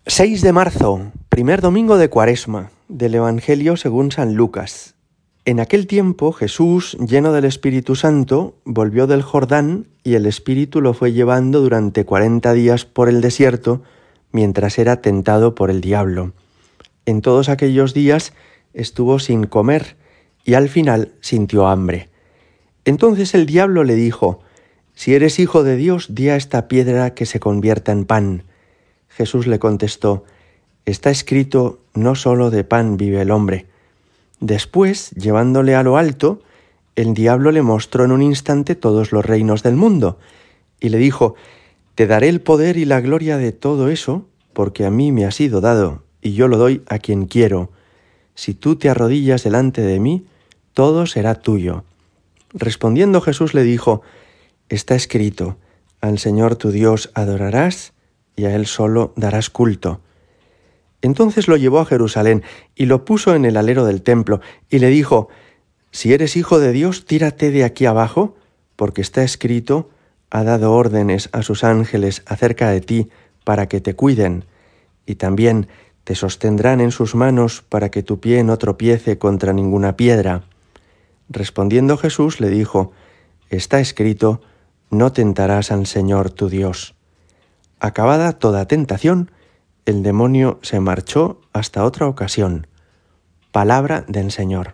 6 de marzo, primer domingo de Cuaresma, del Evangelio según San Lucas. En aquel tiempo Jesús, lleno del Espíritu Santo, volvió del Jordán y el Espíritu lo fue llevando durante 40 días por el desierto, mientras era tentado por el diablo. En todos aquellos días estuvo sin comer y al final sintió hambre. Entonces el diablo le dijo: «Si eres hijo de Dios, di a esta piedra que se convierta en pan». Jesús le contestó: «Está escrito, no solo de pan vive el hombre». Después, llevándole a lo alto, el diablo le mostró en un instante todos los reinos del mundo, y le dijo: «Te daré el poder y la gloria de todo eso, porque a mí me ha sido dado, y yo lo doy a quien quiero. Si tú te arrodillas delante de mí, todo será tuyo». Respondiendo Jesús le dijo: «Está escrito, al Señor tu Dios adorarás, y a Él solo darás culto». Entonces lo llevó a Jerusalén y lo puso en el alero del templo y le dijo: «Si eres hijo de Dios, tírate de aquí abajo, porque está escrito, ha dado órdenes a sus ángeles acerca de ti para que te cuiden, y también te sostendrán en sus manos para que tu pie no tropiece contra ninguna piedra». Respondiendo Jesús le dijo: «Está escrito, no tentarás al Señor tu Dios». Acabada toda tentación, el demonio se marchó hasta otra ocasión. Palabra del Señor.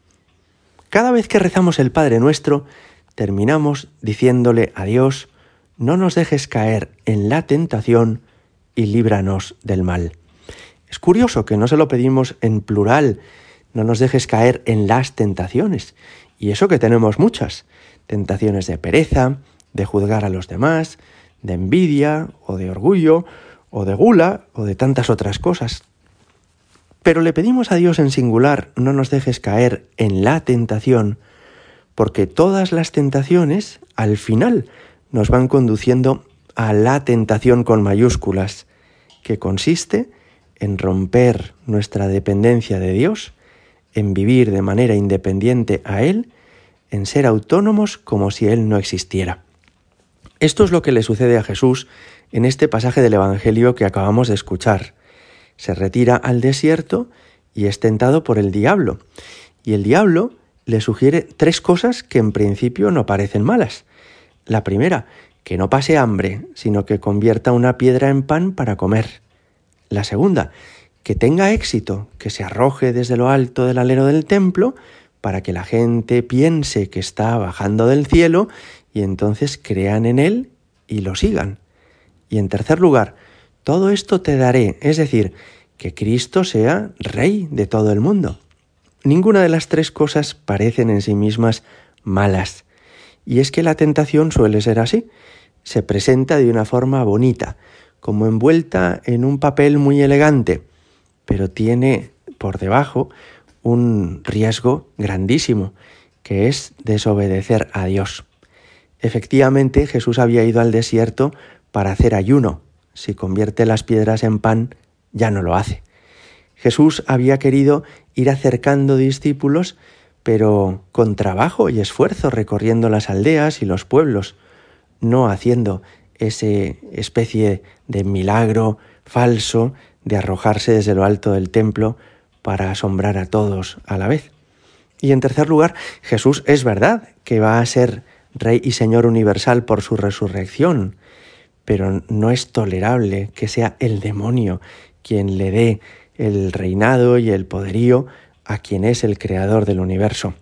Cada vez que rezamos el Padre Nuestro, terminamos diciéndole a Dios: «No nos dejes caer en la tentación y líbranos del mal». Es curioso que no se lo pedimos en plural: «No nos dejes caer en las tentaciones». Y eso que tenemos muchas: tentaciones de pereza, de juzgar a los demás, de envidia o de orgullo o de gula o de tantas otras cosas. Pero le pedimos a Dios en singular: no nos dejes caer en la tentación, porque todas las tentaciones al final nos van conduciendo a la tentación con mayúsculas, que consiste en romper nuestra dependencia de Dios, en vivir de manera independiente a Él, en ser autónomos como si Él no existiera. Esto es lo que le sucede a Jesús en este pasaje del Evangelio que acabamos de escuchar. Se retira al desierto y es tentado por el diablo. Y el diablo le sugiere 3 cosas que en principio no parecen malas. La primera, que no pase hambre, sino que convierta una piedra en pan para comer. La segunda, que tenga éxito, que se arroje desde lo alto del alero del templo para que la gente piense que está bajando del cielo y entonces crean en él y lo sigan. Y en tercer lugar, todo esto te daré, es decir, que Cristo sea Rey de todo el mundo. Ninguna de las 3 cosas parecen en sí mismas malas. Y es que la tentación suele ser así. Se presenta de una forma bonita, como envuelta en un papel muy elegante, pero tiene por debajo un riesgo grandísimo, que es desobedecer a Dios. Efectivamente, Jesús había ido al desierto para hacer ayuno. Si convierte las piedras en pan, ya no lo hace. Jesús había querido ir acercando discípulos, pero con trabajo y esfuerzo, recorriendo las aldeas y los pueblos, no haciendo ese especie de milagro falso de arrojarse desde lo alto del templo para asombrar a todos a la vez. Y en tercer lugar, Jesús es verdad que va a ser Rey y Señor universal por su resurrección, pero no es tolerable que sea el demonio quien le dé el reinado y el poderío a quien es el creador del universo.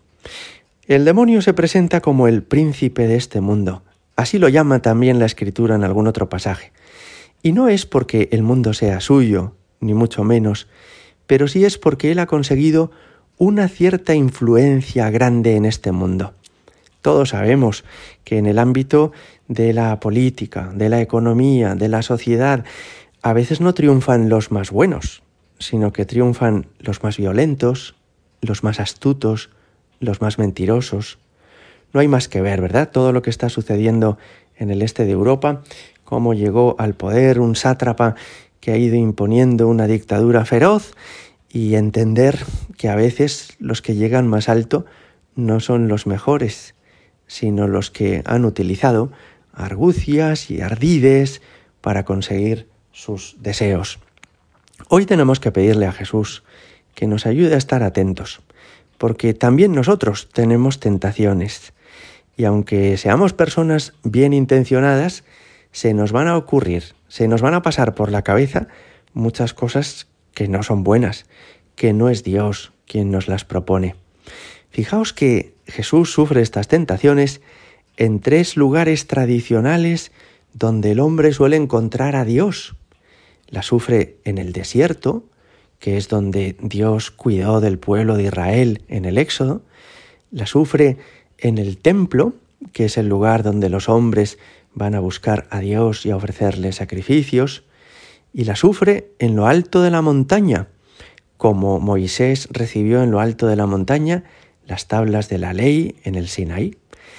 El demonio se presenta como el príncipe de este mundo. Así lo llama también la Escritura en algún otro pasaje. Y no es porque el mundo sea suyo, ni mucho menos, pero sí es porque él ha conseguido una cierta influencia grande en este mundo. Todos sabemos que en el ámbito de la política, de la economía, de la sociedad, a veces no triunfan los más buenos, sino que triunfan los más violentos, los más astutos, los más mentirosos. No hay más que ver, ¿verdad? Todo lo que está sucediendo en el este de Europa, cómo llegó al poder un sátrapa que ha ido imponiendo una dictadura feroz, y entender que a veces los que llegan más alto no son los mejores, sino los que han utilizado argucias y ardides para conseguir sus deseos. Hoy tenemos que pedirle a Jesús que nos ayude a estar atentos, porque también nosotros tenemos tentaciones. Y aunque seamos personas bien intencionadas, se nos van a ocurrir, se nos van a pasar por la cabeza muchas cosas que no son buenas, que no es Dios quien nos las propone. Fijaos que Jesús sufre estas tentaciones en 3 lugares tradicionales donde el hombre suele encontrar a Dios. La sufre en el desierto, que es donde Dios cuidó del pueblo de Israel en el Éxodo. La sufre en el templo, que es el lugar donde los hombres van a buscar a Dios y a ofrecerle sacrificios. Y la sufre en lo alto de la montaña, como Moisés recibió en lo alto de la montaña las tablas de la ley en el Sinaí.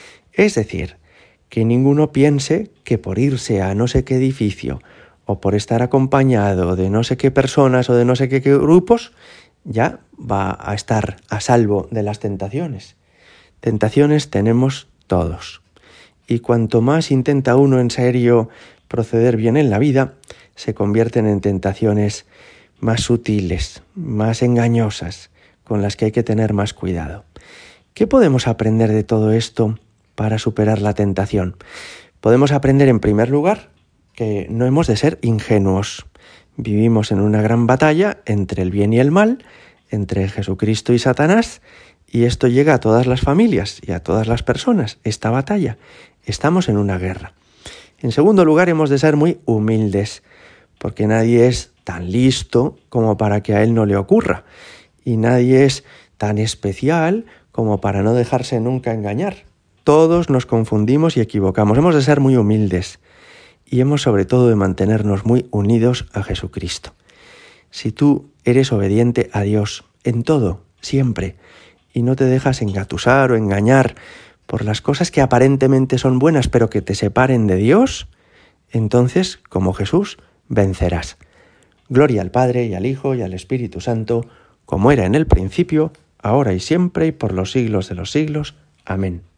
Es decir, que ninguno piense que por irse a no sé qué edificio o por estar acompañado de no sé qué personas o de no sé qué grupos, ya va a estar a salvo de las tentaciones. Tentaciones tenemos todos. Y cuanto más intenta uno en serio proceder bien en la vida, se convierten en tentaciones más sutiles, más engañosas, con las que hay que tener más cuidado. ¿Qué podemos aprender de todo esto para superar la tentación? Podemos aprender, en primer lugar, que no hemos de ser ingenuos. Vivimos en una gran batalla entre el bien y el mal, entre Jesucristo y Satanás, y esto llega a todas las familias y a todas las personas, esta batalla. Estamos en una guerra. En segundo lugar, hemos de ser muy humildes, porque nadie es tan listo como para que a él no le ocurra, y nadie es tan especial como para no dejarse nunca engañar. Todos nos confundimos y equivocamos. Hemos de ser muy humildes y hemos sobre todo de mantenernos muy unidos a Jesucristo. Si tú eres obediente a Dios en todo, siempre, y no te dejas engatusar o engañar por las cosas que aparentemente son buenas pero que te separen de Dios, entonces, como Jesús, vencerás. Gloria al Padre y al Hijo y al Espíritu Santo, como era en el principio, ahora y siempre y por los siglos de los siglos. Amén.